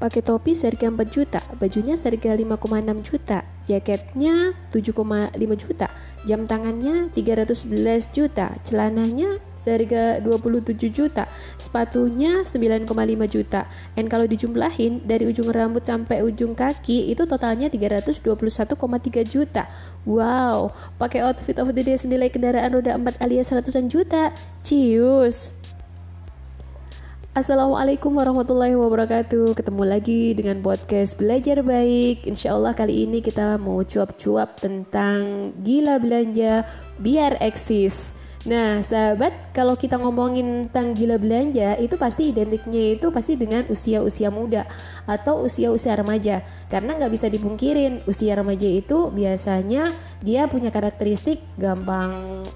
pakai topi seharga 4 juta, bajunya seharga 5,6 juta, jaketnya 7,5 juta, jam tangannya 311 juta, celananya seharga 27 juta, sepatunya 9,5 juta. Dan kalau dijumlahin dari ujung rambut sampai ujung kaki itu totalnya 321,3 juta. Wow, pakai outfit of the day senilai kendaraan roda 4 alias ratusan juta. Cius. Assalamualaikum warahmatullahi wabarakatuh. Ketemu lagi dengan podcast Belajar Baik. Insya Allah kali ini kita mau cuap-cuap tentang gila belanja biar eksis. Nah sahabat, kalau kita ngomongin tentang gila belanja itu pasti identiknya itu pasti dengan usia-usia muda atau usia-usia remaja. Karena gak bisa dipungkirin usia remaja itu biasanya dia punya karakteristik gampang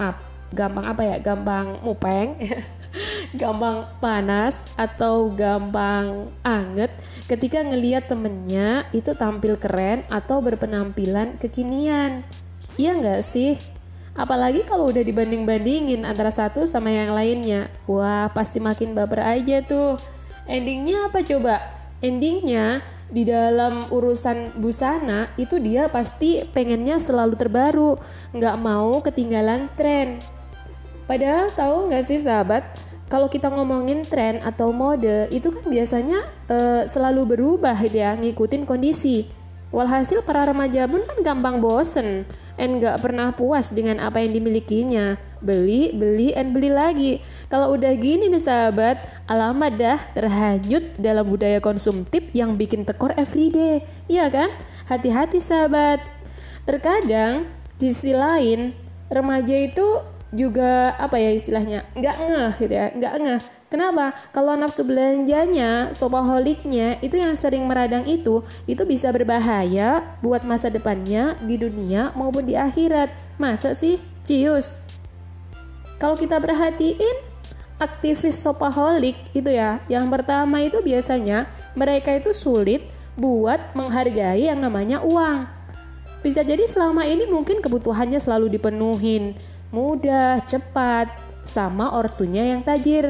mupeng gampang panas atau gampang anget ketika ngelihat temennya itu tampil keren atau berpenampilan kekinian. Iya gak sih? Apalagi kalau udah dibanding-bandingin antara satu sama yang lainnya. Wah pasti makin baper aja tuh. Endingnya apa coba? Endingnya di dalam urusan busana itu dia pasti pengennya selalu terbaru, gak mau ketinggalan tren. Padahal tahu gak sih sahabat, kalau kita ngomongin tren atau mode itu kan biasanya selalu berubah ya, ngikutin kondisi. Walhasil para remaja pun kan gampang bosen and gak pernah puas dengan apa yang dimilikinya. Beli, and beli lagi. Kalau udah gini nih sahabat, alamat dah terhanyut dalam budaya konsumtif yang bikin tekor everyday. Iya kan? Hati-hati sahabat. Terkadang di sisi lain remaja itu juga istilahnya nggak ngeh gitu ya, nggak ngeh. Kenapa? Kalau nafsu belanjanya, shopaholic-nya itu yang sering meradang itu bisa berbahaya buat masa depannya di dunia maupun di akhirat. Masa sih? Cius. Kalau kita perhatiin aktivis shopaholic itu ya, yang pertama itu biasanya mereka itu sulit buat menghargai yang namanya uang. Bisa jadi selama ini mungkin kebutuhannya selalu dipenuhin, mudah, cepat, sama ortunya yang tajir.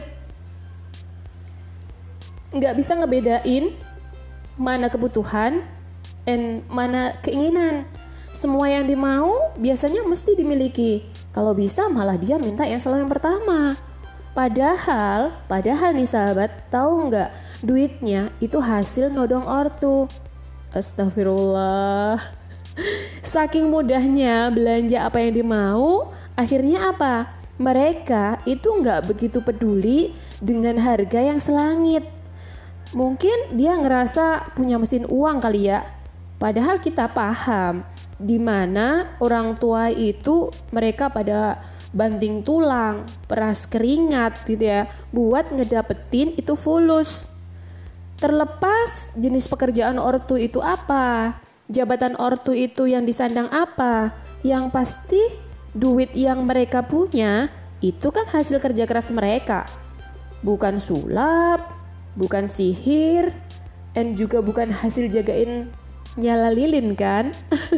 Nggak bisa ngebedain mana kebutuhan dan mana keinginan. Semua yang dimau biasanya mesti dimiliki. Kalau bisa malah dia minta yang selalu yang pertama. Padahal nih sahabat, tahu nggak, duitnya itu hasil nodong ortu. Astagfirullah. Saking mudahnya belanja apa yang dimau, akhirnya apa? Mereka itu nggak begitu peduli dengan harga yang selangit. Mungkin dia ngerasa punya mesin uang kali ya. Padahal kita paham di mana orang tua itu mereka pada banting tulang, peras keringat gitu ya, buat ngedapetin itu fulus. Terlepas jenis pekerjaan ortu itu apa, jabatan ortu itu yang disandang apa, yang pasti duit yang mereka punya itu kan hasil kerja keras mereka. Bukan sulap, bukan sihir, dan juga bukan hasil jagain nyala lilin kan.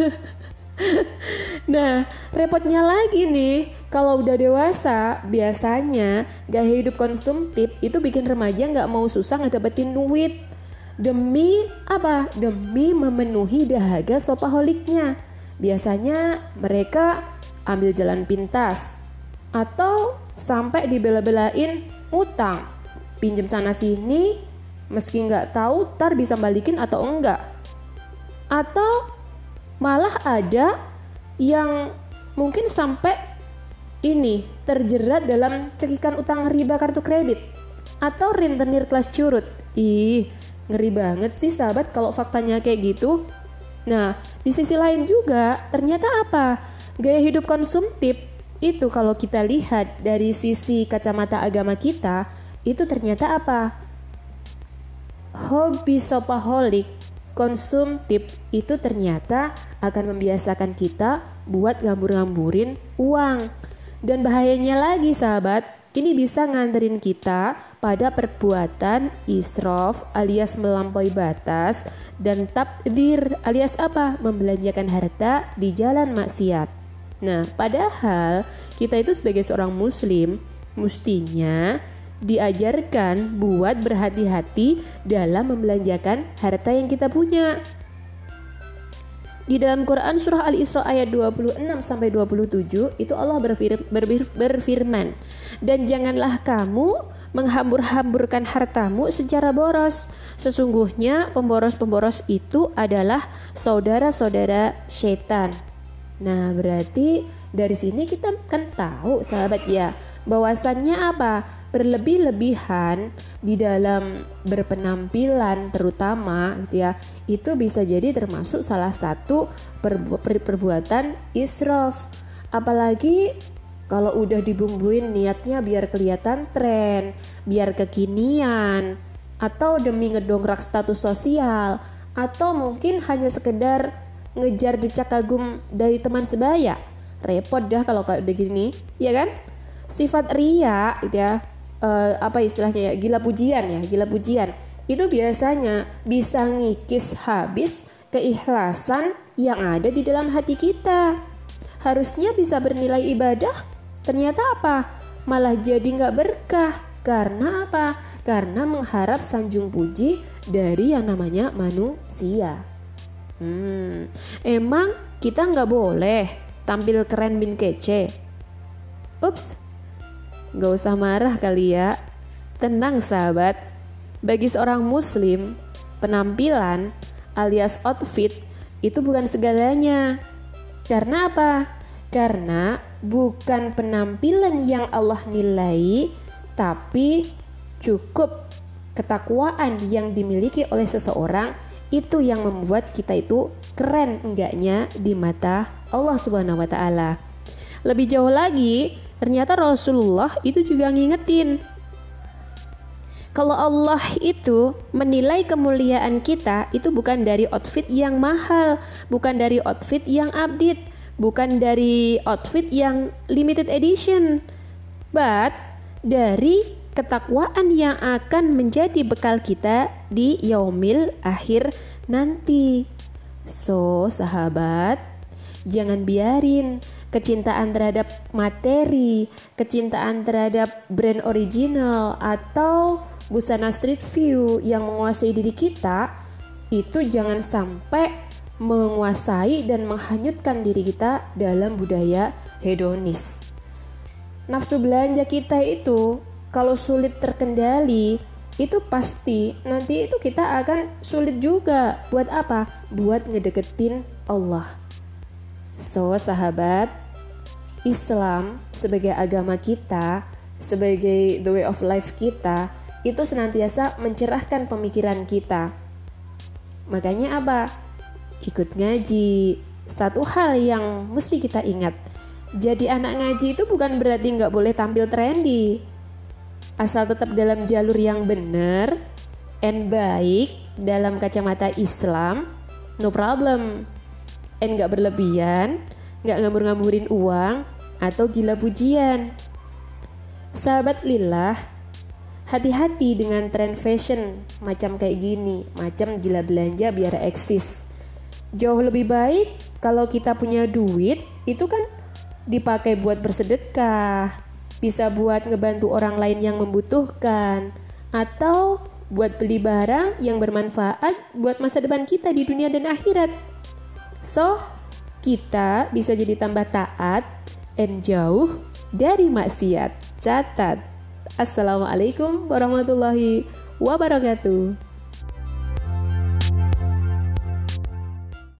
Nah, repotnya lagi nih, kalau udah dewasa, biasanya gaya hidup konsumtif itu bikin remaja gak mau susah ngedapetin duit. Demi apa? Demi memenuhi dahaga shopaholiknya. Biasanya mereka ambil jalan pintas atau sampai dibela-belain utang, pinjem sana sini meski nggak tahu tar bisa balikin atau enggak. Atau malah ada yang mungkin sampai ini terjerat dalam cekikan utang riba kartu kredit atau rentenir kelas curut. Ih, ngeri banget sih sahabat kalau faktanya kayak gitu. Nah, di sisi lain juga ternyata apa? Gaya hidup konsumtif itu kalau kita lihat dari sisi kacamata agama kita, itu ternyata apa? Hobi shopaholic konsumtif itu ternyata akan membiasakan kita buat ngambur-ngamburin uang. Dan bahayanya lagi sahabat, ini bisa nganterin kita pada perbuatan israf alias melampaui batas dan tabdzir alias apa? Membelanjakan harta di jalan maksiat. Nah, padahal kita itu sebagai seorang muslim mestinya diajarkan buat berhati-hati dalam membelanjakan harta yang kita punya. Di dalam Quran surah Al-Isra ayat 26 sampai 27 itu Allah berfirman, "Dan janganlah kamu menghambur-hamburkan hartamu secara boros. Sesungguhnya pemboros-pemboros itu adalah saudara-saudara syaitan." Nah, berarti dari sini kita kan tahu sahabat ya, bahwasannya apa? Berlebih-lebihan di dalam berpenampilan terutama gitu ya, itu bisa jadi termasuk salah satu perbuatan israf. Apalagi kalau udah dibumbuin niatnya biar kelihatan tren, biar kekinian, atau demi ngedongkrak status sosial, atau mungkin hanya sekedar ngejar decak kagum dari teman sebaya. Repot dah kalau kayak begini, ya kan? Sifat riya gitu ya, apa istilahnya ya, gila pujian itu biasanya bisa ngikis habis keikhlasan yang ada di dalam hati kita. Harusnya bisa bernilai ibadah, ternyata apa? Malah jadi gak berkah. Karena apa? Karena mengharap sanjung puji dari yang namanya manusia. Emang kita gak boleh tampil keren bin kece? Ups, gak usah marah kali ya. Tenang sahabat, bagi seorang muslim, penampilan alias outfit itu bukan segalanya. Karena apa? Karena bukan penampilan yang Allah nilai, tapi cukup ketakwaan yang dimiliki oleh seseorang itu yang membuat kita itu keren enggaknya di mata Allah Subhanahu wa taala. Lebih jauh lagi, ternyata Rasulullah itu juga ngingetin, kalau Allah itu menilai kemuliaan kita itu bukan dari outfit yang mahal, bukan dari outfit yang update, bukan dari outfit yang limited edition, but dari ketakwaan yang akan menjadi bekal kita di yaumil akhir nanti. So, sahabat, jangan biarin kecintaan terhadap materi, kecintaan terhadap brand original atau busana street view yang menguasai diri kita itu jangan sampai menguasai dan menghanyutkan diri kita dalam budaya hedonis. Nafsu belanja kita itu kalau sulit terkendali, itu pasti nanti itu kita akan sulit juga. Buat apa? Buat ngedeketin Allah. So, sahabat, Islam sebagai agama kita, sebagai the way of life kita, itu senantiasa mencerahkan pemikiran kita. Makanya apa? Ikut ngaji. Satu hal yang mesti kita ingat, jadi anak ngaji itu bukan berarti gak boleh tampil trendy. Asal tetap dalam jalur yang benar and baik dalam kacamata Islam, no problem. And gak berlebihan, gak ngambur-ngamburin uang atau gila pujian. Sahabat lillah, hati-hati dengan tren fashion macam kayak gini, macam gila belanja biar eksis. Jauh lebih baik kalau kita punya duit itu kan dipakai buat bersedekah, bisa buat ngebantu orang lain yang membutuhkan, atau buat beli barang yang bermanfaat buat masa depan kita di dunia dan akhirat. So, kita bisa jadi tambah taat dan jauh dari maksiat. Catat. Assalamualaikum warahmatullahi wabarakatuh.